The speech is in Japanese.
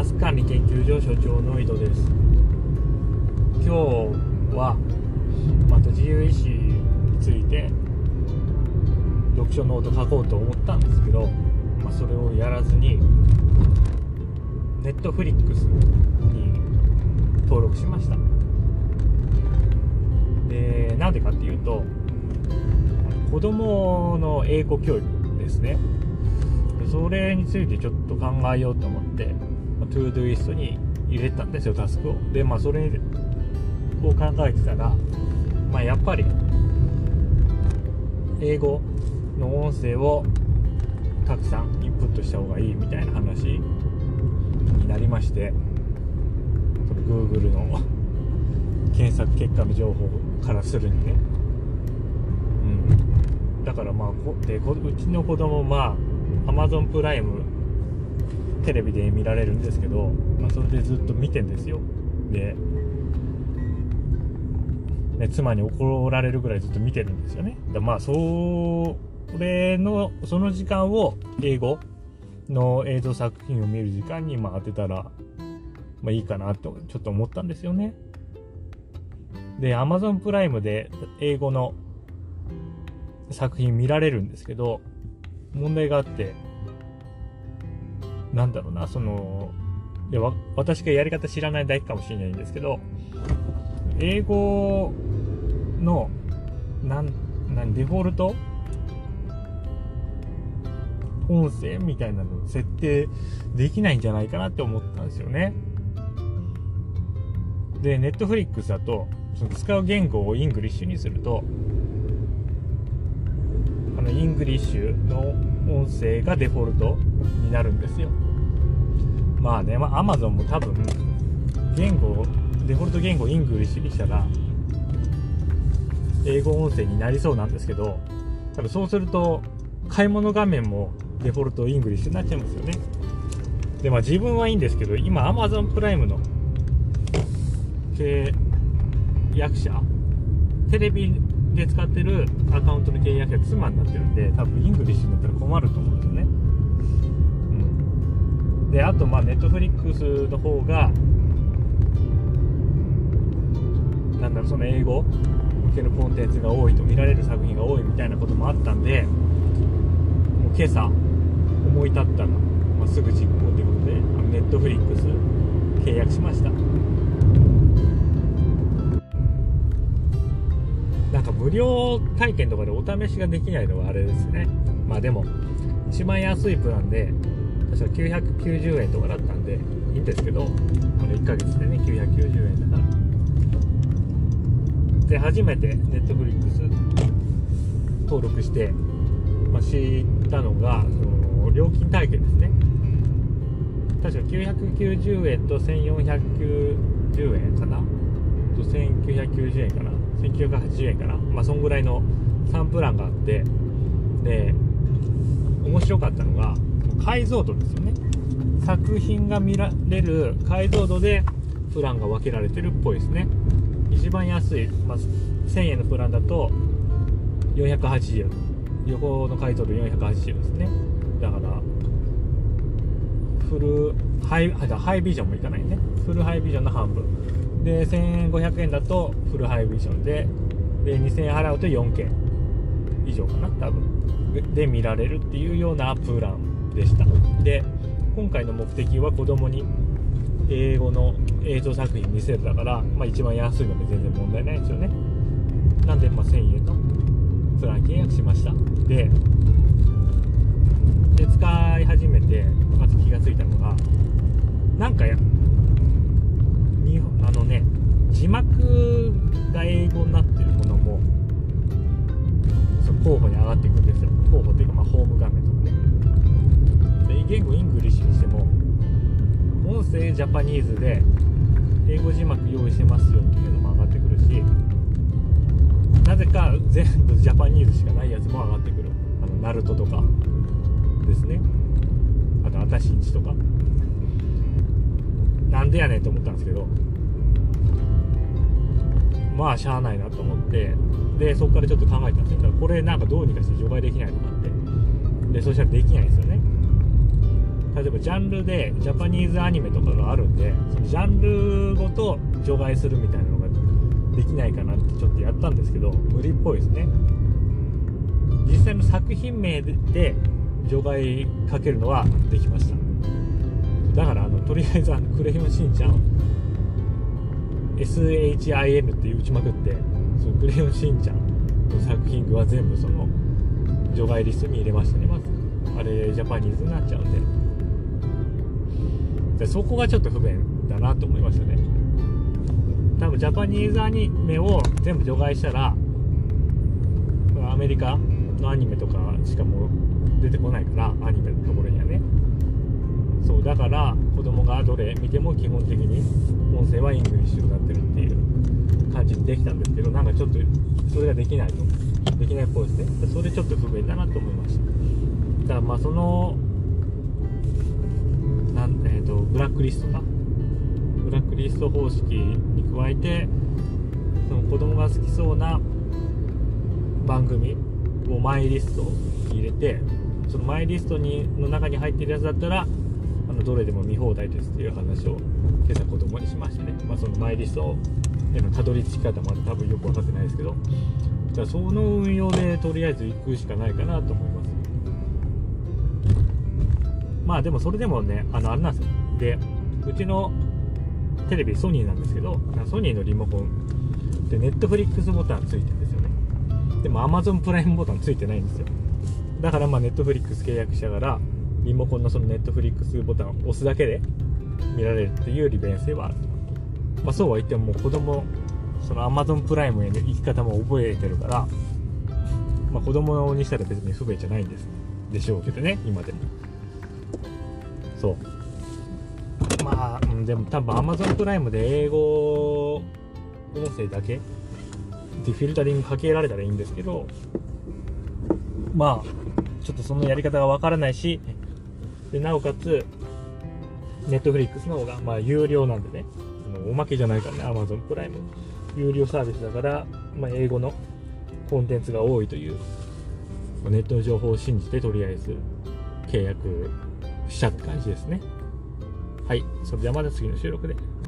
ス管理研究所所長の井戸です。今日はまた自由意志について読書ノート書こうと思ったんですけど、それをやらずにネットフリックスに登録しました。で、なんでかっていうと、子供の英語教育ですね。それについてちょっと考えようと思ってトゥードゥイストに入れたんですよ、タスクを。で、それを考えてたら、やっぱり英語の音声をたくさんインプットした方がいいみたいな話になりまして、その Google の検索結果の情報からするにね、だからうちの子供Amazon プライムテレビで見られるんですけど、それでずっと見てんですよ。で、妻に怒られるぐらいずっと見てるんですよね。その時間を英語の映像作品を見る時間に当てたらいいかなとちょっと思ったんですよね。で、Amazon プライムで英語の作品見られるんですけど、問題があって、私がやり方知らないだけかもしれないんですけど、英語のデフォルト音声みたいなのを設定できないんじゃないかなって思ったんですよね。で、ネットフリックスだと使う言語をイングリッシュにすると、イングリッシュの音声がデフォルトになるんですよ。Amazon も多分デフォルト言語をイングリッシュにしたら英語音声になりそうなんですけど、多分そうすると買い物画面もデフォルトイングリッシュになっちゃうんですよね。で、自分はいいんですけど、今 Amazon プライムの契約者、テレビで使ってるアカウントの契約が妻になってるんで、多分イングリッシュになったら困ると思うんですよね。で、あとネットフリックスの方がその英語向けのコンテンツが多いと、見られる作品が多いみたいなこともあったんで、もう今朝思い立ったら、すぐ実行ということでネットフリックス契約しました。無料体験とかでお試しができないのはあれですね。でも一番安いプランで確か990円とかだったんでいいんですけど、1ヶ月でね990円だから。で、初めてネットフリックス登録して、知ったのがその料金体系ですね。確か990円と1490円かなと1990円かな1980円かな、そんぐらいの3プランがあって、で、面白かったのが解像度ですよね。作品が見られる解像度でプランが分けられてるっぽいですね。一番安い、1000円のプランだと480円、横の解像度480円ですね。だからハイビジョンもいかないね。フルハイビジョンの半分で1500円だとフルハイビジョンで2000円払うと 4K 以上かな多分で見られるっていうようなプランでした。で、今回の目的は子供に英語の映像作品見せるだから、一番安いので全然問題ないんですよね。なんで1000円のプラン契約しました。で使い始めてまず気がついたのが、字幕が英語になってるものもその候補に上がっていくんですよ。候補っていうかホーム画面とかね。で、言語イングリッシュにしても音声ジャパニーズで英語字幕用意してますよっていうのも上がってくるし、なぜか全部ジャパニーズしかないやつも上がってくる。ナルトとかですね。あとアタシンチとか。なんでやねんと思ったんですけど、しゃあないなと思って、でそこからちょっと考えたんですよ。これどうにかして除外できないのかって。でそしたらできないんですよね。 例えばジャンルでジャパニーズアニメとかがあるんで、そのジャンルごと除外するみたいなのができないかなってちょっとやったんですけど、無理っぽいですね。実際の作品名で除外かけるのはできました。だからとりあえずクレヨンしんちゃん SHIN って打ちまくって、そのクレヨンしんちゃんの作品は全部その除外リストに入れましたね。まずあれジャパニーズになっちゃうんで、そこがちょっと不便だなと思いましたね。多分ジャパニーズアニメを全部除外したらアメリカのアニメとかしかもう出てこないから、アニメのところにはね。そうだから子供がどれ見ても基本的に音声はイングリッシュになってるっていう感じにできたんですけど、なんかちょっとそれができないっぽいですね。それちょっと不便だなと思いました。だからまあそのブラックリスト方式に加えて、その子供が好きそうな番組をマイリストに入れて、そのマイリストの中に入ってるやつだったらどれでも見放題ですっていう話を今朝子供にしましたね。そのマイリストへのたどり着き方まで多分よく分かってないですけど、じゃあその運用でとりあえず行くしかないかなと思います。でもそれでもね、あれなんですよ。で、うちのテレビソニーなんですけど、ソニーのリモコンでネットフリックスボタンついてるんですよね。でも Amazon プライムボタンついてないんですよ。だからネットフリックス契約しながらリモコンのそのネットフリックスボタンを押すだけで見られるっていう利便性はあると。そうは言っても子供その Amazon プライムへの行き方も覚えてるから、子供にしたら別に不便じゃないんでしょうけどね、今でも。そうでも多分 Amazon プライムで英語音声だけでフィルタリングかけられたらいいんですけど、ちょっとそのやり方がわからないし、でなおかつネットフリックスの方が有料なんでね、おまけじゃないからね。 Amazon プライム有料サービスだから、英語のコンテンツが多いというネットの情報を信じてとりあえず契約しちゃった感じですね。はい、それではまた次の収録で。